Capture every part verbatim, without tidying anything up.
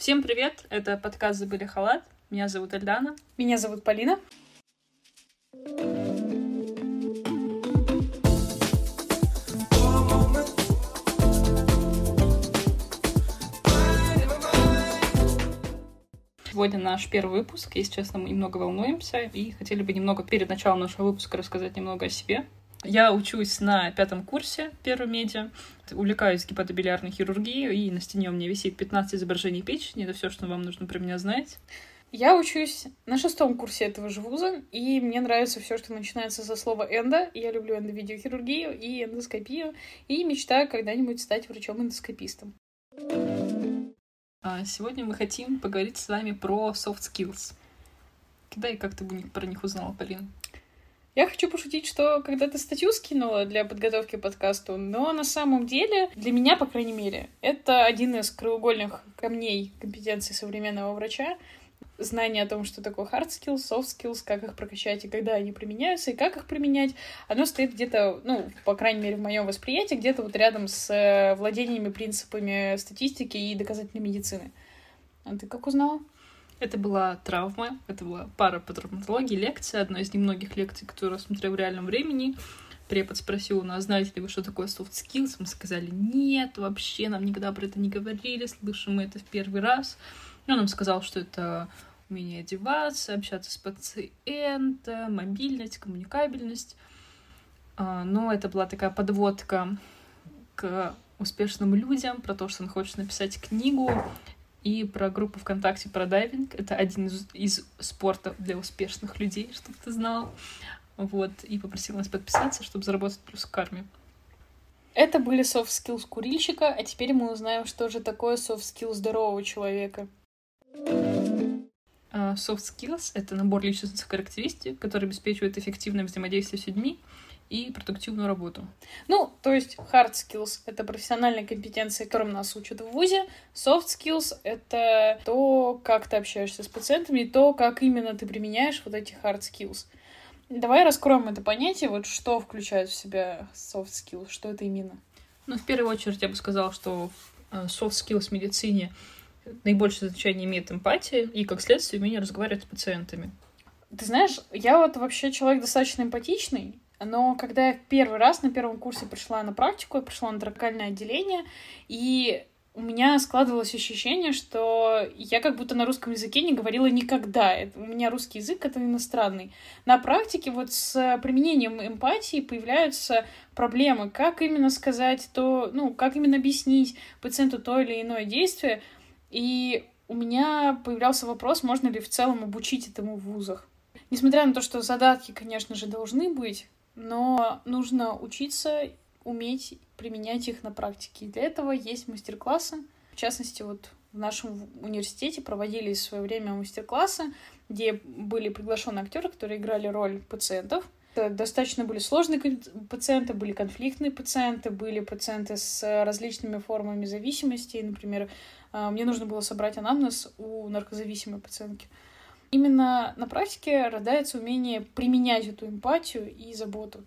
Всем привет! Это подкаст «Забыли халат». Меня зовут Эльдана. Меня зовут Полина. Сегодня наш первый выпуск. Если честно, мы немного волнуемся и хотели бы немного перед началом нашего выпуска рассказать немного о себе. Я учусь на пятом курсе первой медиа, увлекаюсь гепатобилиарной хирургией, и на стене у меня висит пятнадцать изображений печени. Это все, что вам нужно про меня знать. Я учусь на шестом курсе этого же вуза, и мне нравится все, что начинается со слова «эндо». Я люблю эндовидеохирургию и эндоскопию, и мечтаю когда-нибудь стать врачом-эндоскопистом. Сегодня мы хотим поговорить с вами про soft skills. Когда и как ты про них узнала, Полина? Я хочу пошутить, что когда-то статью скинула для подготовки к подкасту, но на самом деле, для меня, по крайней мере, это один из краеугольных камней компетенции современного врача. Знание о том, что такое hard skills, soft skills, как их прокачать и когда они применяются, и как их применять, оно стоит где-то, ну, по крайней мере, в моем восприятии, где-то вот рядом с владениями принципами статистики и доказательной медицины. А ты как узнала? Это была травма, это была пара по травматологии, лекция, одна из немногих лекций, которую я смотрела в реальном времени. Препод спросил у нас, знаете ли вы, что такое soft skills? Мы сказали, нет, вообще, нам никогда про это не говорили, слышим мы это в первый раз. И он нам сказал, что это умение одеваться, общаться с пациентом, мобильность, коммуникабельность. Но это была такая подводка к успешным людям, про то, что он хочет написать книгу, и про группу ВКонтакте про дайвинг. Это один из, из спортов для успешных людей, чтобы ты знал. Вот. И попросил нас подписаться, чтобы заработать плюс к карме. Это были soft skills курильщика, а теперь мы узнаем, что же такое soft skills здорового человека. Uh, soft skills — это набор личностных характеристик, который обеспечивает эффективное взаимодействие с людьми и продуктивную работу. Ну, то есть hard skills — это профессиональные компетенции, которым нас учат в вузе. Soft skills — это то, как ты общаешься с пациентами, и то, как именно ты применяешь вот эти hard skills. Давай раскроем это понятие, вот что включает в себя soft skills, что это именно? Ну, в первую очередь я бы сказала, что soft skills в медицине наибольшее значение имеет эмпатия и, как следствие, умение разговаривать с пациентами. Ты знаешь, я вот вообще человек достаточно эмпатичный, но когда я первый раз на первом курсе пришла на практику, я пришла на торакальное отделение, и у меня складывалось ощущение, что я как будто на русском языке не говорила никогда. Это, у меня русский язык — это иностранный. На практике вот с применением эмпатии появляются проблемы. Как именно сказать то, ну, как именно объяснить пациенту то или иное действие. И у меня появлялся вопрос, можно ли в целом обучить этому в вузах. Несмотря на то, что задатки, конечно же, должны быть, но нужно учиться, уметь применять их на практике. И для этого есть мастер-классы. В частности, вот в нашем университете проводились в свое время мастер-классы, где были приглашены актеры, которые играли роль пациентов. Это достаточно были сложные пациенты, были конфликтные пациенты, были пациенты с различными формами зависимости. Например, мне нужно было собрать анамнез у наркозависимой пациентки. Именно на практике рождается умение применять эту эмпатию и заботу.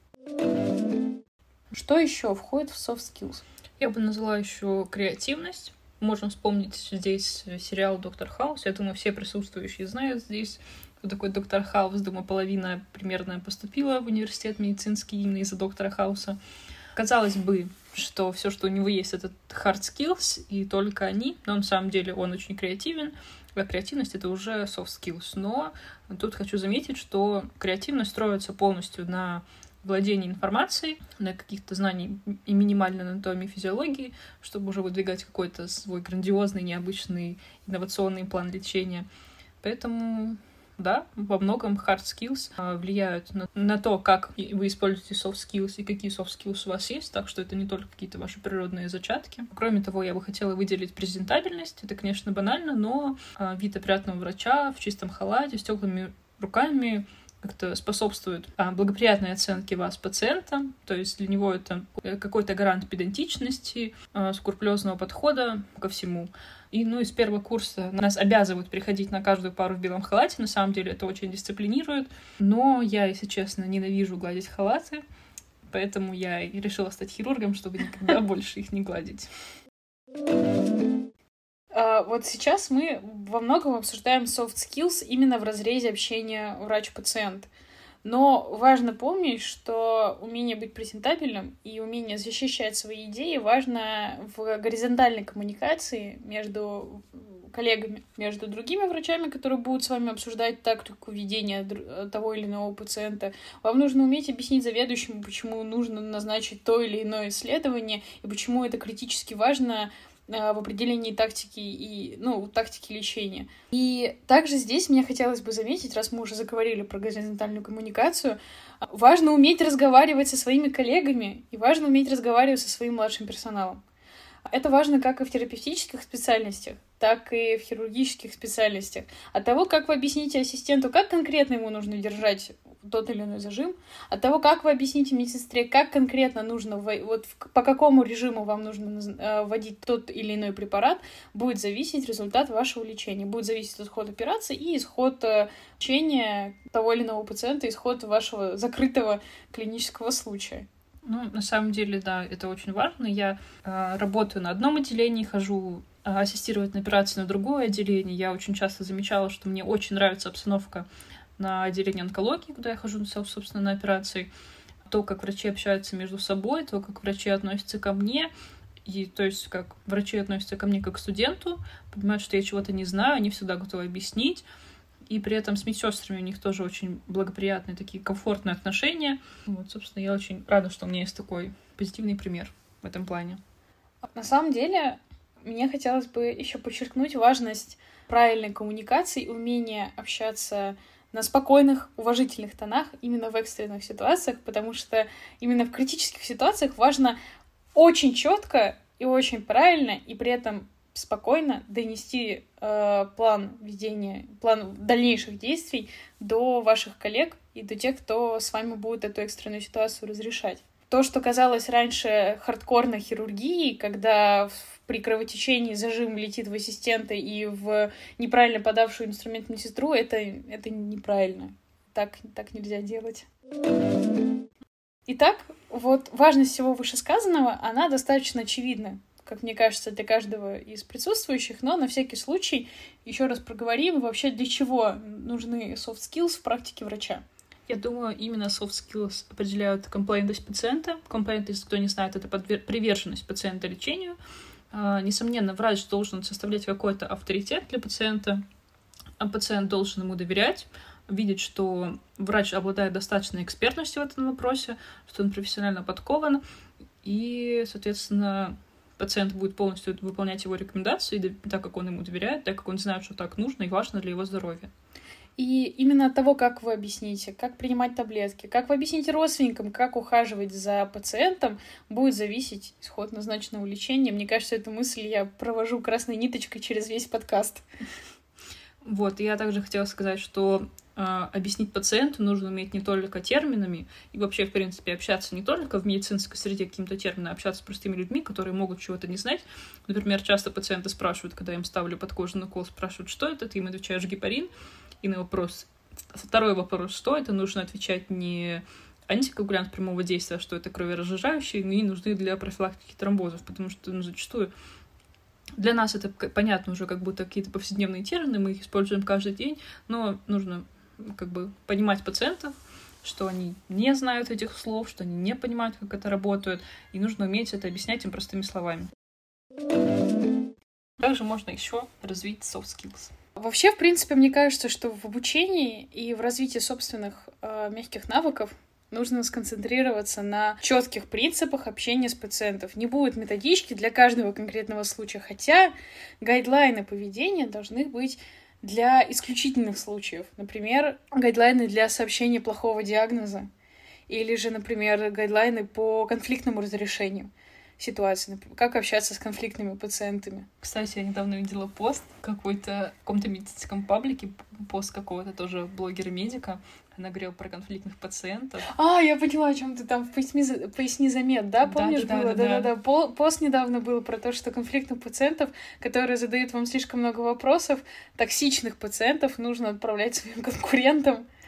Что еще входит в soft skills? Я бы назвала еще креативность. Можем вспомнить здесь сериал «Доктор Хаус». Я думаю, все присутствующие знают здесь, кто такой доктор Хаус. Думаю, половина примерно поступила в университет медицинский именно из-за доктора Хауса. Казалось бы, что все, что у него есть, это hard skills, и только они, но на самом деле он очень креативен, а креативность — это уже soft skills. Но тут хочу заметить, что креативность строится полностью на владении информацией, на каких-то знаниях и минимальной анатомии, физиологии, чтобы уже выдвигать какой-то свой грандиозный, необычный, инновационный план лечения. Поэтому, да, во многом hard skills влияют на, на то, как вы используете soft skills и какие soft skills у вас есть, так что это не только какие-то ваши природные зачатки. Кроме того, я бы хотела выделить презентабельность. Это, конечно, банально, но вид опрятного врача в чистом халате, с теплыми руками как-то способствует благоприятной оценке вас пациента, то есть для него это какой-то гарант педантичности, скрупулезного подхода ко всему. И, ну, из первого курса нас обязывают приходить на каждую пару в белом халате, на самом деле это очень дисциплинирует, но я, если честно, ненавижу гладить халаты, поэтому я и решила стать хирургом, чтобы никогда больше их не гладить. А, вот сейчас мы во многом обсуждаем soft skills именно в разрезе общения врач-пациент. Но важно помнить, что умение быть презентабельным и умение защищать свои идеи важно в горизонтальной коммуникации между коллегами, между другими врачами, которые будут с вами обсуждать тактику ведения того или иного пациента. Вам нужно уметь объяснить заведующему, почему нужно назначить то или иное исследование и почему это критически важно в определении тактики и, ну, тактики лечения. И также здесь мне хотелось бы заметить, раз мы уже заговорили про горизонтальную коммуникацию, важно уметь разговаривать со своими коллегами и важно уметь разговаривать со своим младшим персоналом. Это важно как и в терапевтических специальностях, так и в хирургических специальностях. От того, как вы объясните ассистенту, как конкретно ему нужно держать тот или иной зажим, от того, как вы объясните медсестре, как конкретно нужно, вот по какому режиму вам нужно вводить тот или иной препарат, будет зависеть результат вашего лечения, будет зависеть исход операции и исход лечения того или иного пациента, исход вашего закрытого клинического случая. Ну, на самом деле, да, это очень важно. Я э, работаю на одном отделении, хожу э, ассистировать на операции на другое отделение. Я очень часто замечала, что мне очень нравится обстановка на отделении онкологии, куда я хожу, собственно, на операции. То, как врачи общаются между собой, то, как врачи относятся ко мне. И, то есть, как врачи относятся ко мне как к студенту, понимают, что я чего-то не знаю, они всегда готовы объяснить. И при этом с медсестрами у них тоже очень благоприятные, такие комфортные отношения. Вот, собственно, я очень рада, что у меня есть такой позитивный пример в этом плане. На самом деле, мне хотелось бы еще подчеркнуть важность правильной коммуникации, умения общаться на спокойных, уважительных тонах именно в экстренных ситуациях, потому что именно в критических ситуациях важно очень четко и очень правильно, и при этом спокойно донести э, план ведения, план дальнейших действий до ваших коллег и до тех, кто с вами будет эту экстренную ситуацию разрешать. То, что казалось раньше хардкорной хирургией, когда при кровотечении зажим летит в ассистента и в неправильно подавшую инструмент медсестру, это, это неправильно. Так, так нельзя делать. Итак, вот важность всего вышесказанного, она достаточно очевидна, как мне кажется, для каждого из присутствующих, но на всякий случай еще раз проговорим вообще, для чего нужны soft skills в практике врача. Я думаю, именно soft skills определяют комплейнтность пациента. Комплейнтность, кто не знает, это приверженность пациента лечению. Несомненно, врач должен составлять какой-то авторитет для пациента, а пациент должен ему доверять, видеть, что врач обладает достаточной экспертностью в этом вопросе, что он профессионально подкован, и, соответственно, пациент будет полностью выполнять его рекомендации, так как он ему доверяет, так как он знает, что так нужно и важно для его здоровья. И именно от того, как вы объясните, как принимать таблетки, как вы объясните родственникам, как ухаживать за пациентом, будет зависеть исход назначенного лечения. Мне кажется, эту мысль я провожу красной ниточкой через весь подкаст. Вот, и я также хотела сказать, что э, объяснить пациенту нужно уметь не только терминами, и вообще, в принципе, общаться не только в медицинской среде каким-то термином, а общаться с простыми людьми, которые могут чего-то не знать. Например, часто пациенты спрашивают, когда я им ставлю подкожный укол, спрашивают, что это, ты им отвечаешь гепарин, и на вопрос, второй вопрос, что это, нужно отвечать не антикоагулянт прямого действия, а что это кроверазжижающие, и нужны для профилактики тромбозов, потому что ну, зачастую для нас это понятно уже как будто какие-то повседневные термины, мы их используем каждый день, но нужно как бы понимать пациентов, что они не знают этих слов, что они не понимают, как это работает, и нужно уметь это объяснять им простыми словами. Также можно еще развить soft skills. Вообще, в принципе, мне кажется, что в обучении и в развитии собственных э, мягких навыков нужно сконцентрироваться на четких принципах общения с пациентом. Не будет методички для каждого конкретного случая, хотя гайдлайны поведения должны быть для исключительных случаев. Например, гайдлайны для сообщения плохого диагноза или же, например, гайдлайны по конфликтному разрешению ситуации, как общаться с конфликтными пациентами. Кстати, я недавно видела пост какой-то в каком-то медицинском паблике, пост какого-то тоже блогера-медика. Она говорила про конфликтных пациентов. А, я поняла, о чем ты там в поясни, поясни замет, да? Помнишь, да, было? Да, да, да, да. Пост недавно был про то, что конфликтных пациентов, которые задают вам слишком много вопросов, токсичных пациентов нужно отправлять своим конкурентам.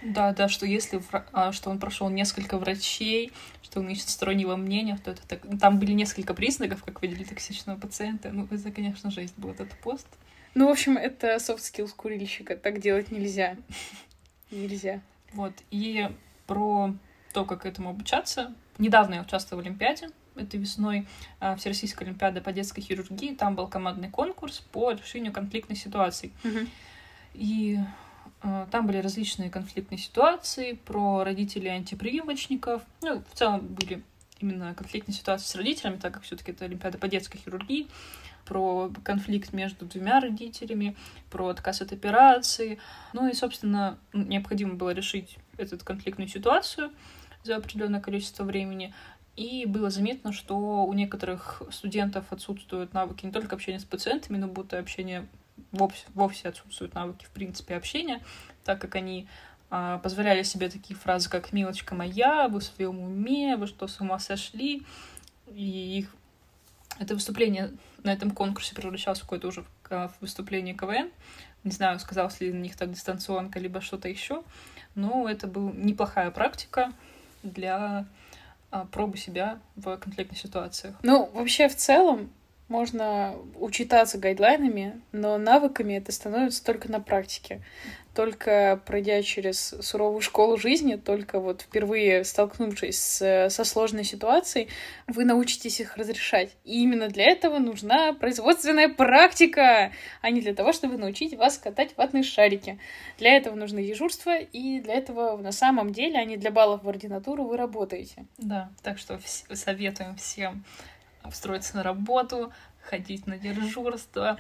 Да, да, что если вра- а, что он прошел несколько врачей, что он ищет стороннего мнения, то это так... Там были несколько признаков, как выделили токсичного пациента. Ну, это, конечно, жесть был этот пост. Ну, в общем, это soft skills курильщика. Так делать нельзя. Нельзя. Вот. И про то, как этому обучаться. Недавно я участвовала в Олимпиаде. Этой весной а, Всероссийская Олимпиада по детской хирургии. Там был командный конкурс по решению конфликтной ситуации. Угу. И а, там были различные конфликтные ситуации про родителей антипрививочников. Ну, в целом были именно конфликтные ситуации с родителями, так как все-таки это Олимпиада по детской хирургии. Про конфликт между двумя родителями, про отказ от операции. Ну и, собственно, необходимо было решить эту конфликтную ситуацию за определенное количество времени. И было заметно, что у некоторых студентов отсутствуют навыки не только общения с пациентами, но будто общение вовсе, вовсе отсутствуют навыки, в принципе, общения, так как они а, позволяли себе такие фразы, как «милочка моя», «вы в своем уме», «вы что, с ума сошли?» И их это выступление на этом конкурсе превращалось в какое-то уже в выступление КВН. Не знаю, сказалось ли на них так дистанционка, либо что-то еще. Но это была неплохая практика для а, пробы себя в конфликтных ситуациях. Ну, вообще, в целом, можно учитаться гайдлайнами, но навыками это становится только на практике. Только пройдя через суровую школу жизни, только вот впервые столкнувшись с, со сложной ситуацией, вы научитесь их разрешать. И именно для этого нужна производственная практика, а не для того, чтобы научить вас катать ватные шарики. Для этого нужно дежурство, и для этого на самом деле, а не для баллов в ординатуру, вы работаете. Да, так что вс- советуем всем устроиться на работу, ходить на дежурство,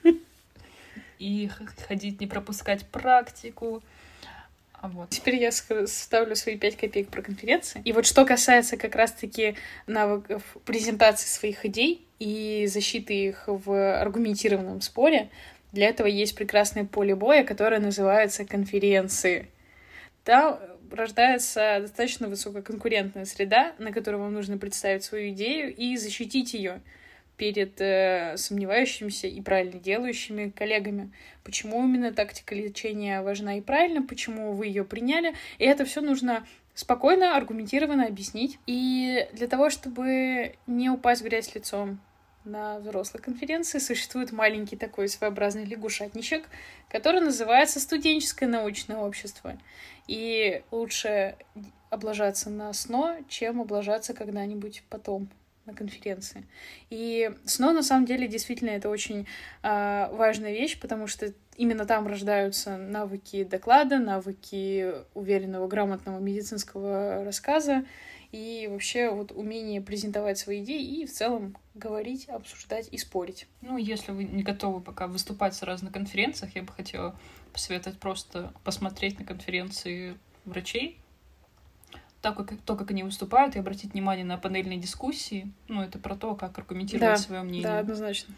и ходить, не пропускать практику. А вот. Теперь я ставлю свои пять копеек про конференции. И вот что касается как раз-таки навыков презентации своих идей и защиты их в аргументированном споре, для этого есть прекрасное поле боя, которое называется конференции. Там рождается достаточно высококонкурентная среда, на которой вам нужно представить свою идею и защитить ее перед э, сомневающимися и правильно делающими коллегами. Почему именно тактика лечения важна и правильно, почему вы ее приняли. И это все нужно спокойно, аргументированно объяснить. И для того, чтобы не упасть в грязь лицом на взрослой конференции, существует маленький такой своеобразный лягушатничек, который называется студенческое научное общество. И лучше облажаться на СНО, чем облажаться когда-нибудь потом на конференции. И СНО, на самом деле, действительно, это очень э, важная вещь, потому что именно там рождаются навыки доклада, навыки уверенного, грамотного медицинского рассказа и вообще вот умение презентовать свои идеи и в целом говорить, обсуждать и спорить. Ну, если вы не готовы пока выступать сразу на конференциях, я бы хотела посоветовать просто посмотреть на конференции врачей, так как, то, как они выступают, и обратить внимание на панельные дискуссии. Ну, это про то, как аргументировать Да, свое мнение. Да, однозначно.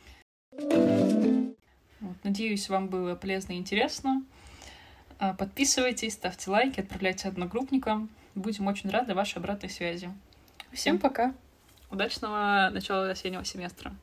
Вот, надеюсь, вам было полезно и интересно. Подписывайтесь, ставьте лайки, отправляйте одногруппникам. Будем очень рады вашей обратной связи. Всем пока. Удачного начала осеннего семестра.